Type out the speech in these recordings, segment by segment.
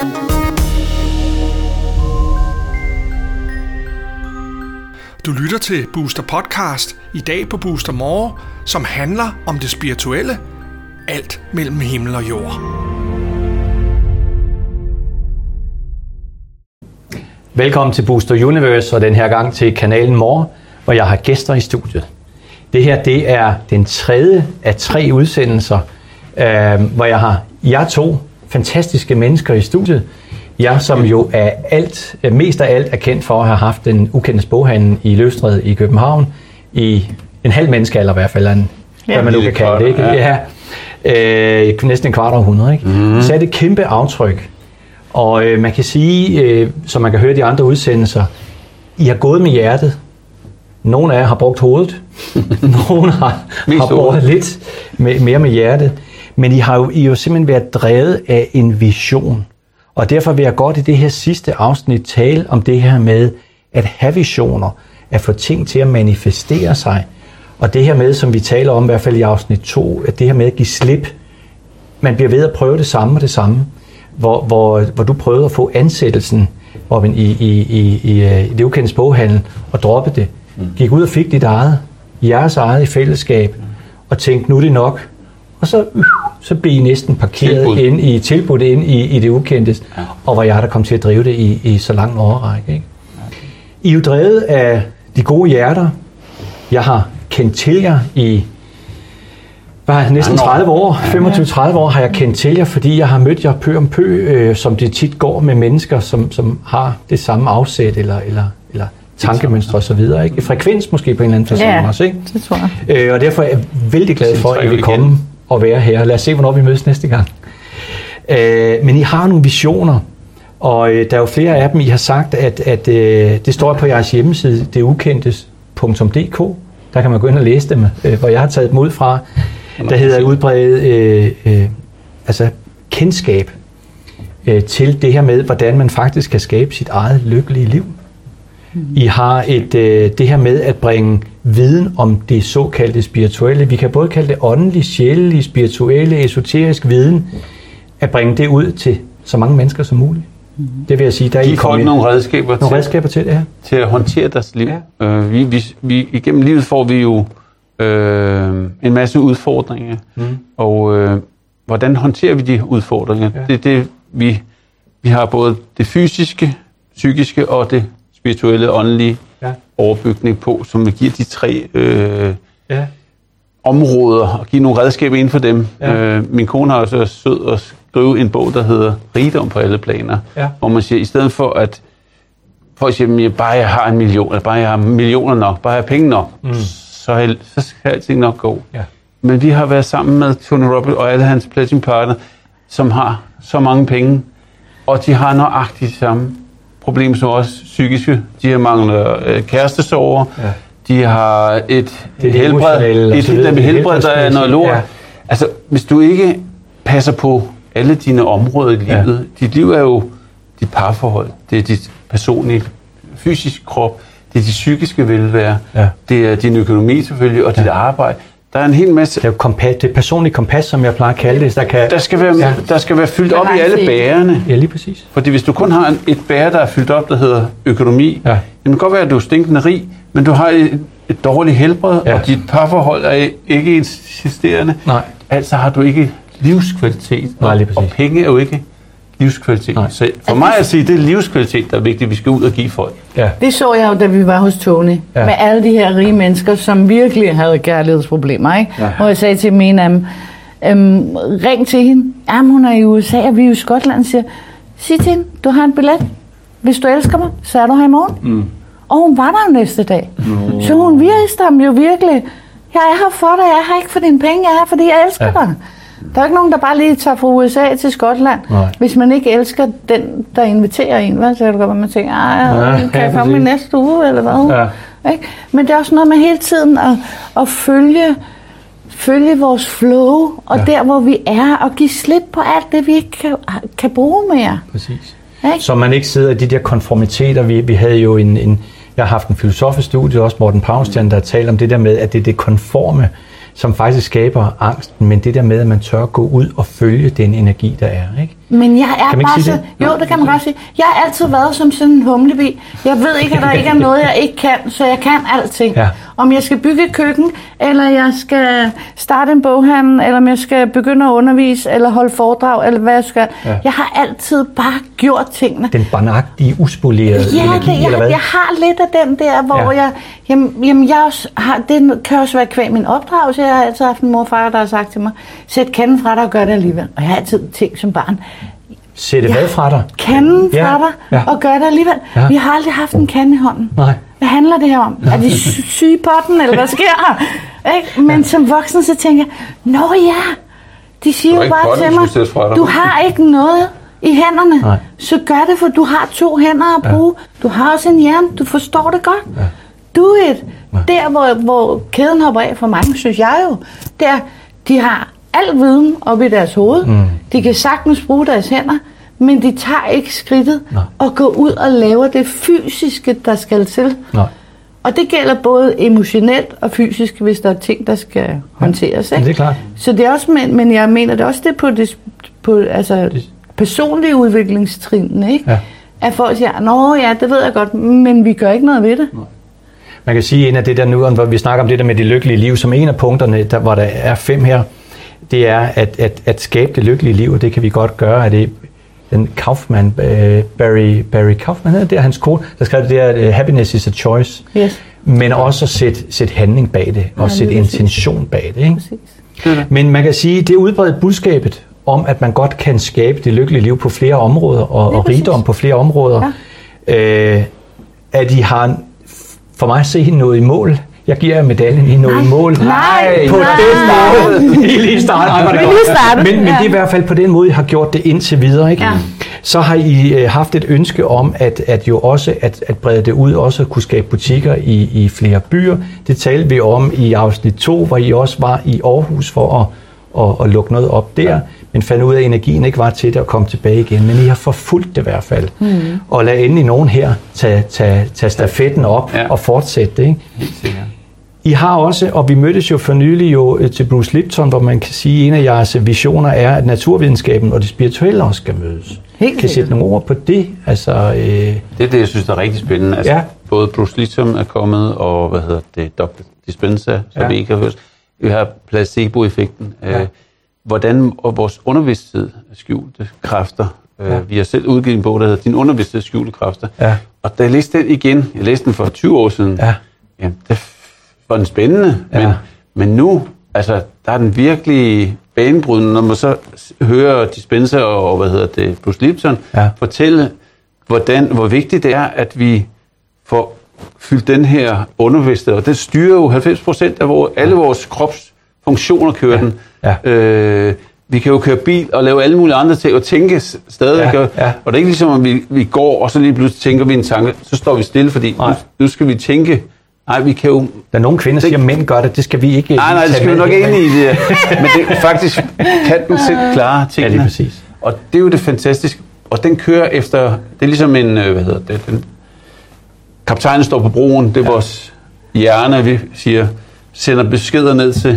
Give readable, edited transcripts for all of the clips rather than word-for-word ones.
Du lytter til Booster Podcast, i dag på Booster More, som handler om det spirituelle, alt mellem himmel og jord. Velkommen til Booster Universe, og den her gang til kanalen More, hvor jeg har gæster i studiet. Det her, det er den tredje af 3 udsendelser, hvor jeg har jer 2 fantastiske mennesker i studiet. Jeg, som jo mest af alt er kendt for at have haft den ukendte boghandel i Løvstræde i København i en halv menneskealder i hvert fald, hvad man nu kan kalde det, ikke? Ja. Næsten en kvart århundrede, ikke? Så er det et kæmpe aftryk. Og man kan sige, som man kan høre de andre udsendelser, I har gået med hjertet. Nogle af jer har brugt hovedet. Nogle har brugt lidt mere med hjertet. Men I har jo simpelthen været drevet af en vision. Og derfor vil jeg godt i det her sidste afsnit tale om det her med at have visioner, at få ting til at manifestere sig. Og det her med, som vi taler om i hvert fald i afsnit 2, at det her med at give slip. Man bliver ved at prøve det samme og det samme. Hvor du prøvede at få ansættelsen i det ukendte boghandel og droppe det. Gik ud og fik dit eget, jeres eget i fællesskab og tænkte, nu er det nok. Og så blev I næsten parkeret tilbudt ind i det ukendte, og var jeg, der kom til at drive det i så lang årrække. Ikke? I er jo drevet af de gode hjerter. Jeg har kendt til jer i næsten 30 år, 25-30 år har jeg kendt til jer, fordi jeg har mødt jer pø om pø, som det tit går med mennesker, som har det samme afsæt eller tankemønstre og så videre. Ikke? Frekvens måske på en eller anden person også, ikke? Det tror jeg. Og derfor er jeg vældig glad for, at I vil komme og være her. Lad os se, hvornår vi mødes næste gang. Men I har nogle visioner, og der er jo flere af dem, I har sagt, at det står på jeres hjemmeside, deukendtes.dk. Der kan man gå ind og læse dem, hvor jeg har taget dem ud fra. Der hedder udbredt kendskab til det her med, hvordan man faktisk kan skabe sit eget lykkelige liv. I har det her med at bringe viden om det såkaldte spirituelle. Vi kan både kalde det åndelig, sjælelige, spirituelle, esoterisk viden. At bringe det ud til så mange mennesker som muligt. Det vil jeg sige, der er folk nogle redskaber til det her. Til at håndtere deres liv. Ja. Vi igennem livet får vi jo en masse udfordringer. Og hvordan håndterer vi de udfordringer? Ja. Det er det, vi har både det fysiske, psykiske og det spirituelle, åndelige overbygning på, som vi giver de 3 områder og give nogle redskaber inden for dem. Ja. Min kone har også sød at skrive en bog, der hedder Rigdom på alle planer, hvor man siger, i stedet for at folk siger, bare jeg har 1 million, eller bare jeg har millioner nok, bare jeg har penge nok, så skal alting nok gå. Ja. Men vi har været sammen med Tony Robbins og alle hans pledging partner, som har så mange penge, og de har nøjagtigt samme problemer som også psykiske. De har mangler kærestesorger, de har et helbred, der er noget lort. Ja. Altså, hvis du ikke passer på alle dine områder i livet, dit liv er jo dit parforhold, det er dit personlige, fysiske krop, det er dit psykiske velvære, det er din økonomi selvfølgelig, og dit arbejde. Der er en hel masse. Det er jo det personlige kompas, som jeg plejer at kalde det. Der skal være fyldt op i alle bærerne. Ja, lige præcis. Fordi hvis du kun har et bære, der er fyldt op, der hedder økonomi, det kan godt være, at du er stinkende rig, men du har et dårligt helbred, og dit parforhold er ikke eksisterende. Altså har du ikke livskvalitet. Og penge er jo ikke livskvalitet. Så for mig at sige, det er livskvalitet, der er vigtigt, vi skal ud og give folk. Ja. Det så jeg jo, da vi var hos Tony, med alle de her rige mennesker, som virkelig havde kærlighedsproblemer, ikke? Ja. Hvor jeg sagde til min af dem, ring til hende. Jamen, hun er i USA, og vi er i Skotland, siger, sig til hende, du har en billet. Hvis du elsker mig, så er du her i morgen. Og hun var der jo næste dag. Så hun viste ham jo virkelig, jeg er her for dig, jeg er her ikke for dine penge, jeg er her, fordi jeg elsker dig. Der er ikke nogen, der bare lige tager fra USA til Skotland, hvis man ikke elsker den, der inviterer en. Hvad? Så kan det godt, man tænker, kan jeg komme i næste uge, eller hvad? Ja. Ikke? Men det er også noget med hele tiden at følge vores flow, og der, hvor vi er, og give slip på alt det, vi ikke kan bruge mere. Præcis. Ikke? Så man ikke sidder i de der konformiteter. Vi havde jo jeg har haft en filosofisk studie, også Morten Paustian, der talte om det der med, at det er det konforme, som faktisk skaber angsten, men det der med, at man tør gå ud og følge den energi, der er, ikke? Men jeg er bare så... Det? Jo, det kan man godt sige. Jeg har altid været som sådan en humlebi. Jeg ved ikke, at der ikke er noget, jeg ikke kan, så jeg kan alting. Ja. Om jeg skal bygge et køkken, eller jeg skal starte en boghandel, eller om jeg skal begynde at undervise, eller holde foredrag, eller hvad jeg skal. Ja. Jeg har altid bare gjort tingene. Den barnagtige, uspolerede energi, eller hvad? Jeg har lidt af den der, hvor jeg også har... Det kan også være kvæg min opdragelse. Jeg har altid haft en mor og far, der har sagt til mig, sæt kanden fra dig og gør det alligevel. Og jeg har altid tænkt som barn, sætte hvad fra dig? Kanden fra dig og gør det alligevel. Ja. Vi har aldrig haft en kande i hånden. Nej. Hvad handler det her om? Er de syge på den, eller hvad sker der? Ikke? Men som voksen, så tænker jeg, nå ja, de siger jo bare til mig, du har ikke noget i hænderne, så gør det, for du har 2 hænder at bruge. Du har også en hjerne, du forstår det godt. Do it. Der, hvor kæden hopper af for mange, synes jeg jo, der de har al viden op i deres hoved. De kan sagtens bruge deres hænder, men de tager ikke skridtet og går ud og laver det fysiske, der skal til. Og det gælder både emotionelt og fysisk, hvis der er ting, der skal håndteres. Ikke? Det er klart. Så det er også, men jeg mener det også det på personlige udviklingstrinene, ikke? Ja. At folk siger, nå ja, det ved jeg godt, men vi gør ikke noget ved det. Man kan sige, en af det der nu, hvor vi snakker om det der med det lykkelige liv, som en af punkterne, hvor der er 5 her, det er at skabe det lykkelige liv, og det kan vi godt gøre. Det den Kaufman, Barry Kaufman, det er hans kone, der skrev det der, happiness is a choice. Yes. Men også at sætte handling bag det, og sætte intention bag det. Ikke? Men man kan sige, det er udbredt budskabet om, at man godt kan skabe det lykkelige liv på flere områder, og rigdom på flere områder. Ja. At I har, for mig at se, noget i mål. Jeg giver jer medaljen i noget i mål. Nej, på den måde. Lige i starten. Men det er i hvert fald på den måde, I har gjort det indtil videre. Ikke? Ja. Så har I haft et ønske om, at jo også at brede det ud, også at kunne skabe butikker i flere byer. Det talte vi om i afsnit 2, hvor I også var i Aarhus for at lukke noget op der, men fandt ud af, at energien ikke var til det at komme tilbage igen. Men I har forfulgt det i hvert fald. Og lad endelig nogen her tage stafetten op og fortsætte det. Ikke? Helt sikkert. I har også, og vi mødtes jo for nylig til Bruce Lipton, hvor man kan sige, at en af jeres visioner er, at naturvidenskaben og det spirituelle også skal mødes. Helt kan I sætte nogle ord på det? Altså, Det er det, jeg synes, der er rigtig spændende. Altså, både Bruce Lipton er kommet, og Dr. Dispenza, som vi ikke har hørt. Vi har placebo-effekten. Hvordan vores undervidsthed skjulte kræfter. Vi har selv udgivet en bog, der hedder Din undervidsthed skjulte kræfter. Og da jeg læste den igen, jeg læste den for 20 år siden, jamen, det var den spændende, men nu, altså, der er den virkelig banebrydende, når man så hører Dispenza og Bruce Lipton fortælle, hvor vigtigt det er, at vi får fyldt den her undervidsthed, og det styrer jo 90% af alle vores kropsfunktioner, kører den. Vi kan jo køre bil og lave alle mulige andre ting og tænke stadig. Og det er ikke ligesom, at vi går, og så lige pludselig tænker vi en tanke, så står vi stille, fordi nu skal vi tænke. Nej, vi kan jo... Der er nogle kvinder, der siger, at mænd gør det skal vi ikke... Nej, det skal vi nok ikke ind i det. Men det faktisk kan den selv klare tingene. Ja, det er præcis. Og det er jo det fantastiske. Og den kører efter... Det er ligesom en... Den, kaptajnen står på broen, det er vores hjerne, vi siger, sender beskeder ned til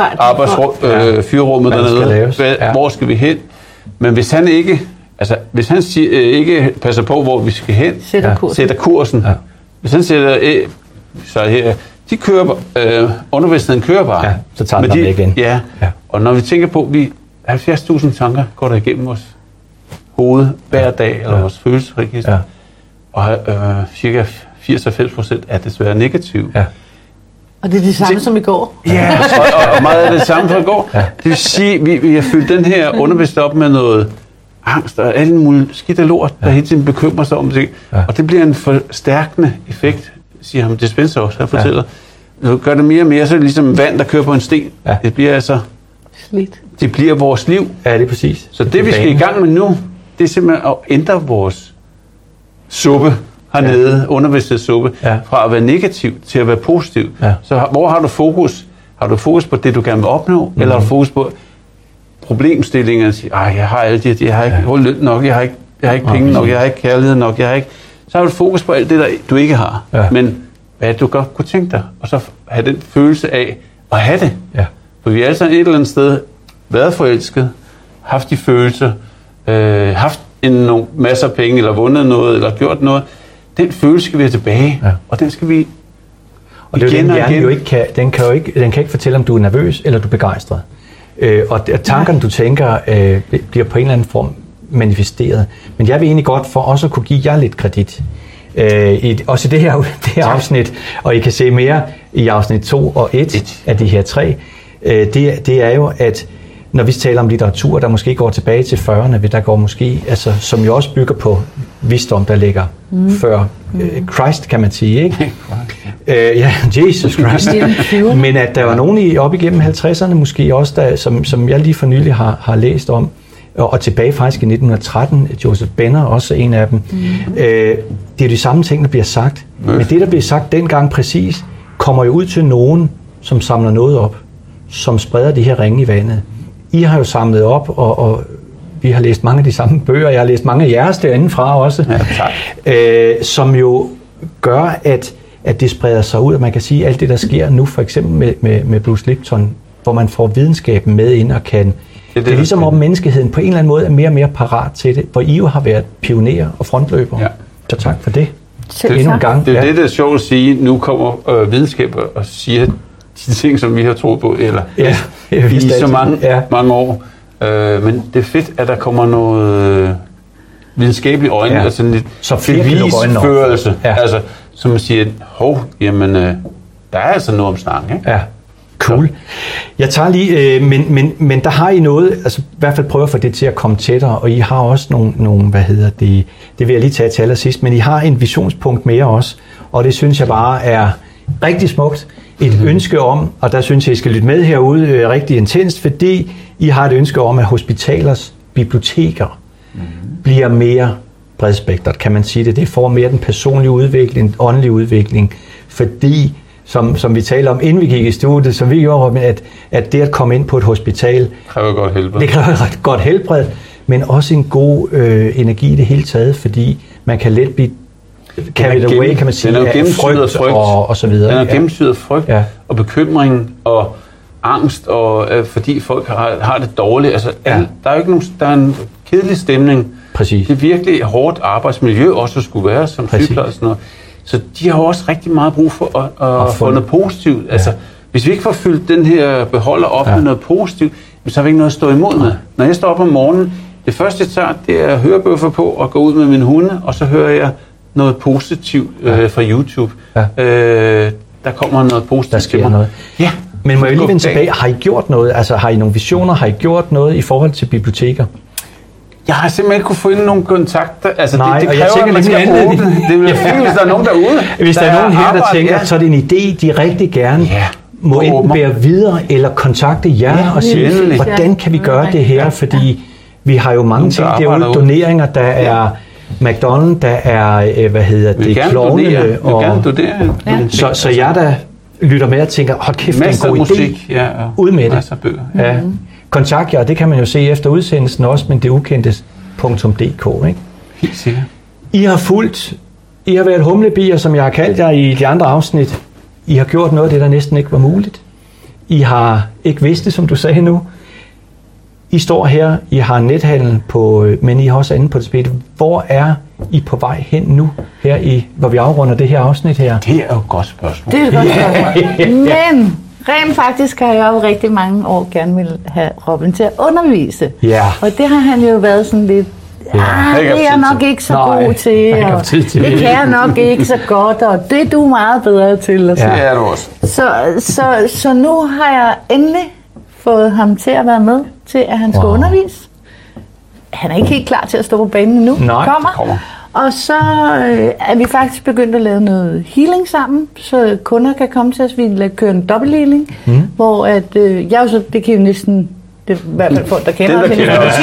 fyrrummet dernede. Hvor skal vi hen? Men hvis han ikke... Altså, hvis han ikke passer på, hvor vi skal hen, sætter kursen. Hvis han sætter... Så her, de kører, undervidstheden kører bare. Ja, så tager den igen. Ja, og når vi tænker på, vi 70.000 tanker går der igennem vores hoved hver dag, eller vores følelsesregister, og cirka 80-90% er desværre negativ. Ja. Og det er det samme som i går. Ja, og meget af det samme som i går. Det vil sige, vi har fyldt den her undervidsthed op med noget angst og alle mulige skidt og lort, der hele tiden bekymrer sig om det. Og det bliver en forstærkende effekt, siger ham Dispenza også, han fortæller. Når gør det mere og mere, så er det ligesom vand, der kører på en sten. Det bliver altså... Slidt. Det bliver vores liv. Ja, det er præcis. Så det vi skal i gang med nu, det er simpelthen at ændre vores suppe hernede, undervidsthedssuppe, fra at være negativ til at være positiv. Så hvor har du fokus? Har du fokus på det, du gerne vil opnå, eller har du fokus på problemstillinger, og sige, jeg har alt det, jeg har ikke løn nok, jeg har ikke penge nok, jeg har ikke kærlighed nok, jeg har ikke... Så har du fokus på alt det, der du ikke har. Men hvad du godt kunne tænke dig, og så have den følelse af at have det. For vi har alle sammen et eller andet sted været forelsket, haft de følelser, haft nogle masser af penge, eller vundet noget, eller gjort noget. Den følelse skal vi have tilbage, og den skal vi og det er jo den hjerne jo ikke kan, den kan ikke fortælle, om du er nervøs eller du er begejstret. Og tankerne, du tænker, bliver på en eller anden form manifesteret. Men jeg vil egentlig godt for også at kunne give jer lidt kredit. Også i det her afsnit, og I kan se mere i afsnit 2 og 1 af de her 3, det er jo, at når vi taler om litteratur, der måske går tilbage til 40'erne, der går måske, altså, som jo også bygger på visdom, der ligger før Christ, kan man sige, ikke? Jesus Christ. Men at der var nogen op igennem 50'erne måske også, der, som jeg lige for nylig har læst om, og tilbage faktisk i 1913, Joseph Benner, også en af dem. Det er de samme ting, der bliver sagt. Men det, der bliver sagt dengang præcis, kommer jo ud til nogen, som samler noget op, som spreder de her ringe i vandet. I har jo samlet op, og vi har læst mange af de samme bøger. Jeg har læst mange af jeres derindefra også. Som jo gør, at det spreder sig ud, og man kan sige, at alt det, der sker nu, for eksempel med Bruce Lipton, hvor man får videnskaben med ind og kan... Det er ligesom om menneskeheden på en eller anden måde er mere og mere parat til det, hvor I jo har været pionerer og frontløbere. Ja. Så tak for det. Endnu en gang. Det er det, der er sjovt at sige. Nu kommer videnskab og siger de ting, som vi har troet på, eller i så mange år. Men det er fedt, at der kommer noget videnskabelige øjne, altså lidt bevisførelse. Altså, som man siger, jamen, der er altså noget om snakken, ikke? Ja. Cool. Jeg tager lige, men der har I noget, altså i hvert fald prøver at få det til at komme tættere, og I har også nogle det vil jeg lige tage til allersidst, men I har en visionspunkt mere også, og det synes jeg bare er rigtig smukt. Et ønske om, og der synes jeg, I skal lytte med herude rigtig intenst, fordi I har et ønske om, at hospitalers biblioteker bliver mere bredspektret, kan man sige det. Det får mere den personlige udvikling, den åndelige udvikling, fordi som vi taler om, inden vi gik i studiet, som vi gjorde, at det at komme ind på et hospital, kræver godt helbred. Det kræver et godt helbred, men også en god energi i det hele taget, fordi man kan let blive carried away, kan man sige, af frygt og så videre. Den er gennemsyret af frygt og bekymring og angst, og fordi folk har det dårligt. Altså, der er jo ikke nogen, der er en kedelig stemning. Præcis. Det er virkelig hårdt arbejdsmiljø også skulle være som sygeplejer og sådan noget. Så de har også rigtig meget brug for at få noget positivt. Altså, hvis vi ikke får fyldt den her beholder op med noget positivt, så har vi ikke noget at stå imod med. Når jeg står op om morgenen, det første jeg tager, det er hørebøffer på og gå ud med min hunde, og så hører jeg noget positivt fra YouTube. Der kommer noget positivt. Der sker noget. Ja. Men må jeg lige vende tilbage, har I gjort noget? Altså har I nogle visioner? Har I gjort noget i forhold til biblioteker? Jeg har simpelthen ikke kunne få ind nogle kontakter. Altså, nej, det kræver, at man skal bruge det. Det vil fint, hvis der er nogen derude. Hvis der er nogen her, der tænker, så er det en idé, de rigtig gerne må enten bære videre, eller kontakte jer og sige, hvordan kan vi gøre det her? Fordi vi har jo mange ting derude, doneringer, der er McDonald's, der er, klovnene. Vi vil gerne donere. Så jeg der lytter med og tænker, hold kæft, det er en god idé. Ud med det. Ja. Kontakt jer, det kan man jo se efter udsendelsen også, men det ukendtes.dk, ikke? Helt sikkert. I har været humlebier, som jeg har kaldt jer i de andre afsnit. I har gjort noget af det, der næsten ikke var muligt. I har ikke vidst det, som du sagde nu. I står her, I har nethandel men I har også andet på det spil. Hvor er I på vej hen nu, hvor vi afrunder det her afsnit her? Det er jo et godt spørgsmål. Det er et godt spørgsmål. Men rent faktisk har jeg jo rigtig mange år gerne vil have Robin til at undervise. Ja. Og det har han jo været sådan lidt, det er jeg nok ikke så god til, og det kan jeg nok ikke så godt, og det er du meget bedre til. Og så. Ja, det er du også. Så nu har jeg endelig fået ham til at være med til, at han skal undervise. Han er ikke helt klar til at stå på banen endnu. Kommer. Og så er vi faktisk begyndt at lave noget healing sammen, så kunder kan komme til os. Vi kører en dobbelthealing, hvor at, jeg så, det kan jo næsten, det er i hvert fald folk, der kender mig,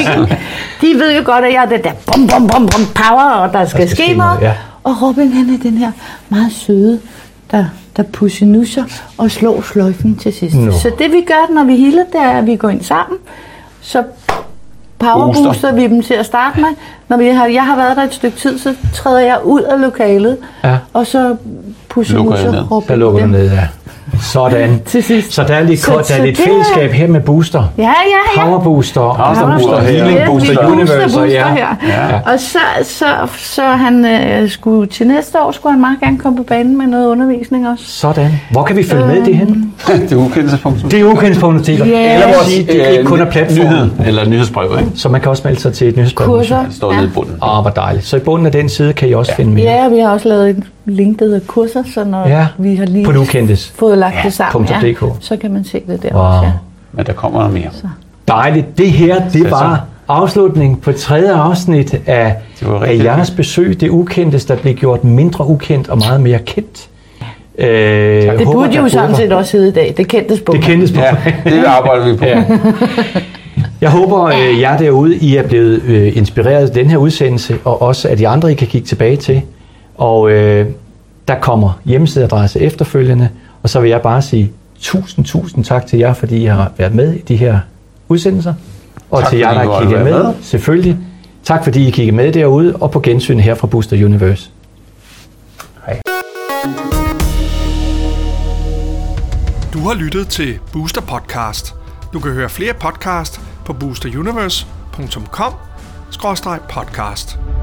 de ved jo godt, at jeg er det der bum, power, og der skal ske noget. Ja. Og Robin, han er den her meget søde, der pussenusser og slår sløjfen til sidst. Så det vi gør, når vi healer, det er, at vi går ind sammen, så powerbooster vi dem til at starte med. Når jeg har været der et stykke tid, så træder jeg ud af lokalet, og så pussenusser Robin. Der lukker dem ned, Sådan. Til sidst. Så der er lidt, der er lidt fællesskab her med Booster. Ja. Power Booster, Healing Booster Universe. Ja. Og så han skulle til næste år, skulle han meget gerne komme på banen med noget undervisning også. Sådan. Hvor kan vi følge med det hen? Det er ukendelsespunktet. Det er ukendelsespunktet. Eller det er ikke kun af platformen. Eller nyhedsbrev, ikke? Så man kan også melde sig til et nyhedsbrev. Kurser. Det står nede i bunden. Hvor dejligt. Så i bunden af den side kan I også finde mere. Ja, vi har også lavet et link, der hedder kurser, så når vi har lige på ukendtes. fået lagt det sammen, så kan man se det der også. Ja. Men der kommer noget mere. Så. Dejligt. Det her, det var afslutning på 3. afsnit af jeres besøg. Det ukendtes, der blev gjort mindre ukendt og meget mere kendt. Det burde jo sådan set også hedde i dag. Det kendtes på. Ja, det arbejder vi på. Ja. Jeg håber, jer derude, I er blevet inspireret af den her udsendelse, og også at de andre, I kan kigge tilbage til. Og der kommer hjemmesideadresse efterfølgende, og så vil jeg bare sige tusind tak til jer, fordi I har været med i de her udsendelser. Og tak, til jer, der har kigget med, selvfølgelig. Tak fordi I kiggede med derude, og på gensyn her fra Booster Universe. Hej. Du har lyttet til Booster Podcast. Du kan høre flere podcast på boosteruniverse.com/podcast.